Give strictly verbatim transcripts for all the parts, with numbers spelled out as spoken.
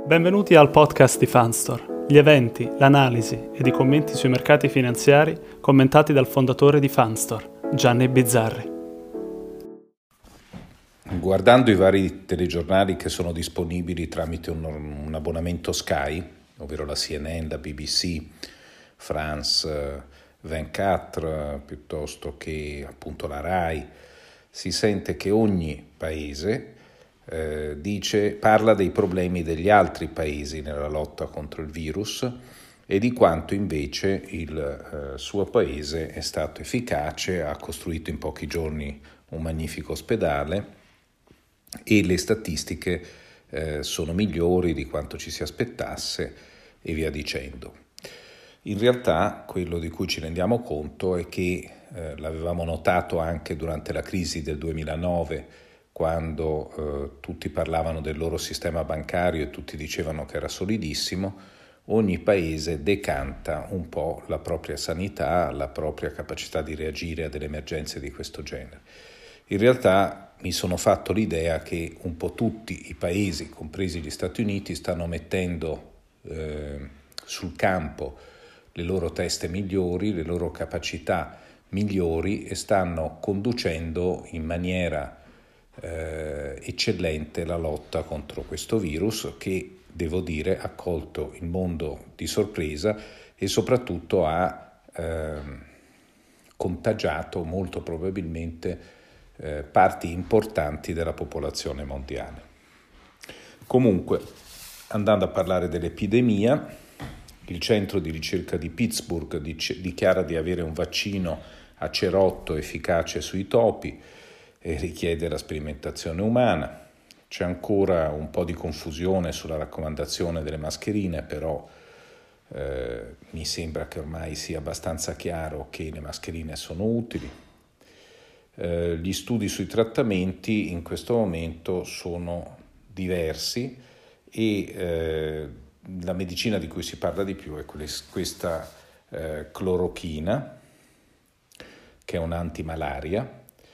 Benvenuti al podcast di Fanstore, gli eventi, l'analisi ed i commenti sui mercati finanziari commentati dal fondatore di Fanstore, Gianni Bizzarri. Guardando i vari telegiornali che sono disponibili tramite un, un abbonamento Sky, ovvero la C N N, la B B C, France ventiquattro, piuttosto che appunto la Rai, si sente che ogni paese eh, dice, parla dei problemi degli altri paesi nella lotta contro il virus e di quanto invece il eh, suo paese è stato efficace, ha costruito in pochi giorni un magnifico ospedale e le statistiche eh, sono migliori di quanto ci si aspettasse e via dicendo. In realtà quello di cui ci rendiamo conto è che eh, l'avevamo notato anche durante la crisi del duemilanove, quando eh, tutti parlavano del loro sistema bancario e tutti dicevano che era solidissimo. Ogni paese decanta un po' la propria sanità, la propria capacità di reagire a delle emergenze di questo genere. In realtà mi sono fatto l'idea che un po' tutti i paesi, compresi gli Stati Uniti, stanno mettendo eh, sul campo le loro teste migliori, le loro capacità migliori e stanno conducendo in maniera eh, eccellente la lotta contro questo virus che, devo dire, ha colto il mondo di sorpresa e soprattutto ha eh, contagiato molto probabilmente eh, parti importanti della popolazione mondiale. Comunque, andando a parlare dell'epidemia, il centro di ricerca di Pittsburgh dice, dichiara di avere un vaccino a cerotto efficace sui topi e richiede la sperimentazione umana. C'è ancora un po' di confusione sulla raccomandazione delle mascherine, però eh, mi sembra che ormai sia abbastanza chiaro che le mascherine sono utili. Eh, gli studi sui trattamenti in questo momento sono diversi e eh, la medicina di cui si parla di più è questa eh, clorochina, che è un'antimalaria,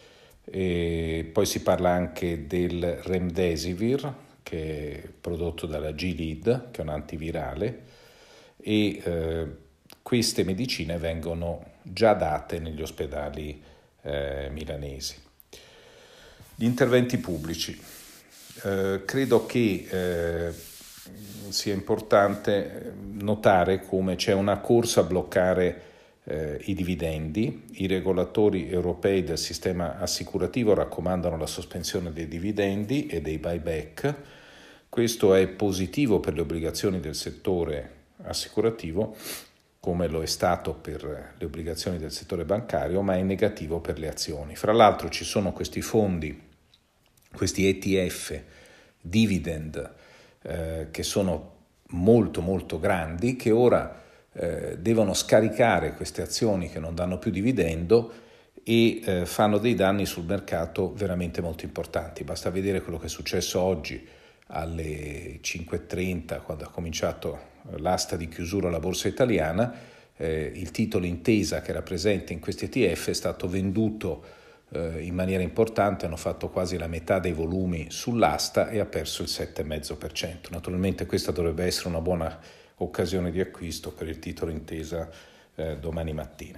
e poi si parla anche del remdesivir, che è prodotto dalla Gilead, che è un antivirale, e eh, queste medicine vengono già date negli ospedali eh, milanesi. Gli interventi pubblici. Eh, credo che eh, sia importante notare come c'è una corsa a bloccare eh, i dividendi. I regolatori europei del sistema assicurativo raccomandano la sospensione dei dividendi e dei buyback. Questo è positivo per le obbligazioni del settore assicurativo, come lo è stato per le obbligazioni del settore bancario, ma è negativo per le azioni. Fra l'altro ci sono questi fondi, questi E T F, dividend, eh, che sono molto molto grandi, che ora eh, devono scaricare queste azioni che non danno più dividendo e eh, fanno dei danni sul mercato veramente molto importanti. Basta vedere quello che è successo oggi alle cinque e trenta, quando ha cominciato l'asta di chiusura alla borsa italiana. Eh, il titolo Intesa, che era presente in questi E T F, è stato venduto in maniera importante, hanno fatto quasi la metà dei volumi sull'asta e ha perso il sette virgola cinque per cento. Naturalmente questa dovrebbe essere una buona occasione di acquisto per il titolo Intesa eh, domani mattina.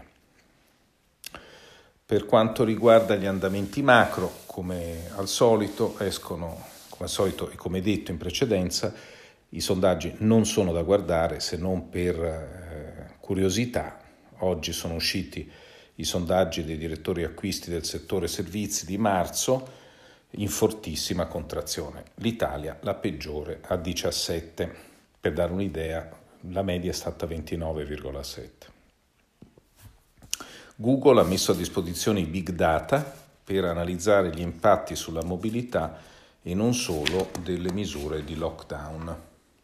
Per quanto riguarda gli andamenti macro, come al solito escono, come al solito e come detto in precedenza, i sondaggi non sono da guardare se non per eh, curiosità. Oggi sono usciti i sondaggi dei direttori acquisti del settore servizi di marzo in fortissima contrazione. L'Italia la peggiore a diciassette, per dare un'idea la media è stata ventinove virgola sette. Google ha messo a disposizione i big data per analizzare gli impatti sulla mobilità e non solo delle misure di lockdown.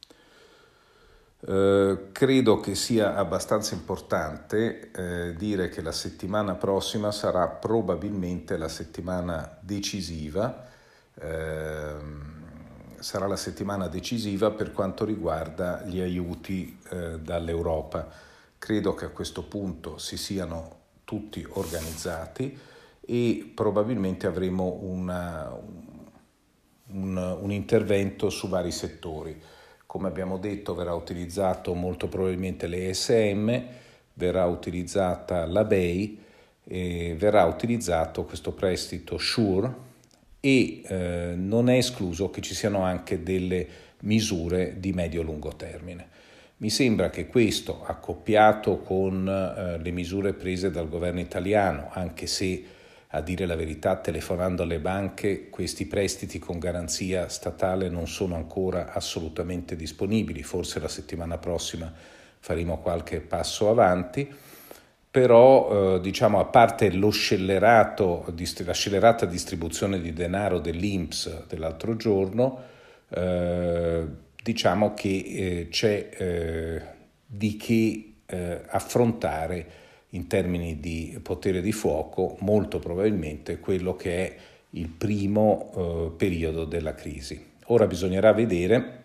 Uh, credo che sia abbastanza importante eh, dire che la settimana prossima sarà probabilmente la settimana decisiva, eh, sarà la settimana decisiva per quanto riguarda gli aiuti eh, dall'Europa. Credo che a questo punto si siano tutti organizzati e probabilmente avremo una, un, un intervento su vari settori. come abbiamo detto verrà utilizzato molto probabilmente l'E S M, verrà utilizzata la B E I e verrà utilizzato questo prestito SURE e eh, non è escluso che ci siano anche delle misure di medio-lungo termine. Mi sembra che questo, accoppiato con eh, le misure prese dal governo italiano, anche se a dire la verità, telefonando alle banche, questi prestiti con garanzia statale non sono ancora assolutamente disponibili, forse la settimana prossima faremo qualche passo avanti, però eh, diciamo a parte lo scellerato, la scellerata distribuzione di denaro dell'I N P S dell'altro giorno, eh, diciamo che eh, c'è eh, di che eh, affrontare in termini di potere di fuoco, molto probabilmente quello che è il primo eh, periodo della crisi. Ora bisognerà vedere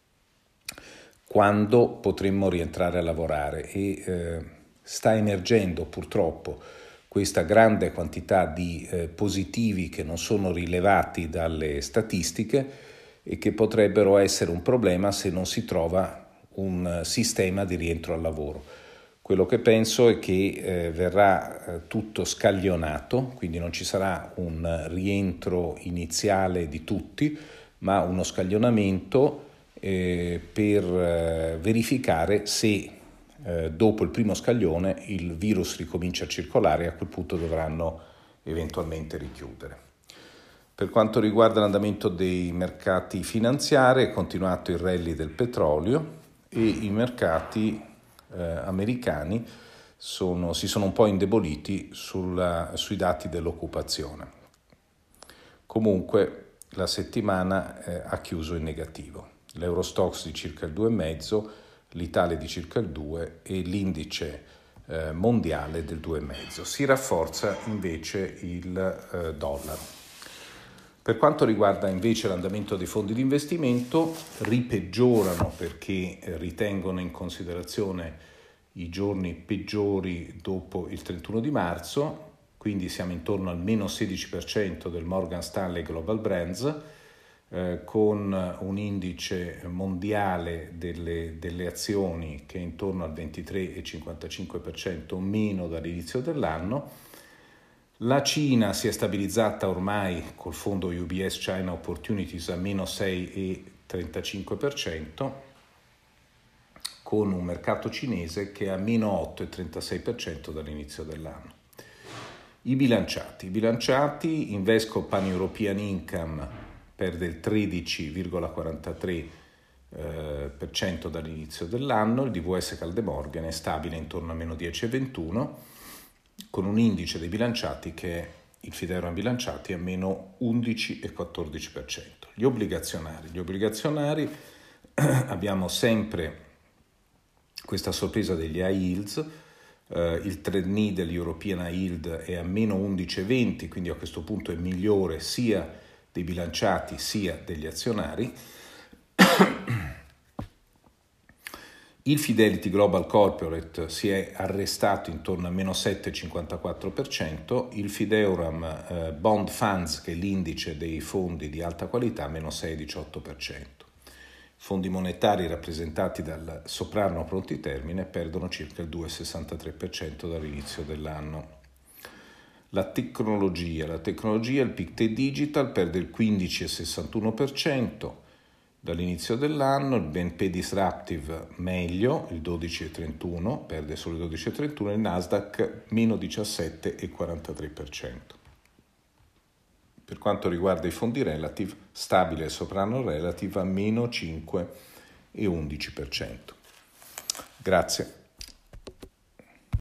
quando potremmo rientrare a lavorare e eh, sta emergendo purtroppo questa grande quantità di eh, positivi che non sono rilevati dalle statistiche e che potrebbero essere un problema se non si trova un sistema di rientro al lavoro. Quello che penso è che eh, verrà eh, tutto scaglionato, quindi non ci sarà un rientro iniziale di tutti, ma uno scaglionamento eh, per eh, verificare se eh, dopo il primo scaglione il virus ricomincia a circolare e a quel punto dovranno eventualmente richiudere. Per quanto riguarda l'andamento dei mercati finanziari, è continuato il rally del petrolio e i mercati Eh, americani sono, si sono un po' indeboliti sulla, sui dati dell'occupazione. Comunque la settimana eh, ha chiuso in negativo. L'Eurostoxx di circa il due virgola cinque, l'Italia di circa il due e l'indice eh, mondiale del due virgola cinque. Si rafforza invece il eh, dollaro. Per quanto riguarda invece l'andamento dei fondi di investimento, ripeggiorano perché ritengono in considerazione i giorni peggiori dopo il trentuno di marzo, quindi siamo intorno al meno sedici per cento del Morgan Stanley Global Brands, eh, con un indice mondiale delle, delle azioni che è intorno al ventitré virgola cinquantacinque per cento meno dall'inizio dell'anno. La Cina si è stabilizzata ormai col fondo U B S China Opportunities a meno sei virgola trentacinque per cento, con un mercato cinese che è a meno otto virgola trentasei per cento dall'inizio dell'anno. I bilanciati. I bilanciati, Invesco Pan European Income perde il tredici virgola quarantatré per cento dall'inizio dell'anno, il D W S Kaldemorgen è stabile intorno a meno dieci virgola ventuno, con un indice dei bilanciati che è il Fideuram bilanciati a meno undici virgola quattordici per cento. Gli obbligazionari. Gli obbligazionari abbiamo sempre questa sorpresa degli high yields, eh, il tre-anni dell'European High Yield è a meno undici virgola venti, quindi a questo punto è migliore sia dei bilanciati sia degli azionari. Il Fidelity Global Corporate si è arrestato intorno a meno sette virgola cinquantaquattro per cento, il Fideuram eh, Bond Funds, che è l'indice dei fondi di alta qualità, meno sei virgola diciotto per cento. Fondi monetari rappresentati dal Soprano pronti termine perdono circa il due virgola sessantatré per cento dall'inizio dell'anno. La tecnologia, la tecnologia, il Pictet Digital perde il quindici virgola sessantuno per cento dall'inizio dell'anno, il B N P Disruptive meglio, il dodici virgola trentuno, perde solo il dodici virgola trentuno, il Nasdaq meno diciassette virgola quarantatré per cento. Per quanto riguarda i fondi relative, stabile il Soprano Relative a meno cinque virgola undici per cento. Grazie.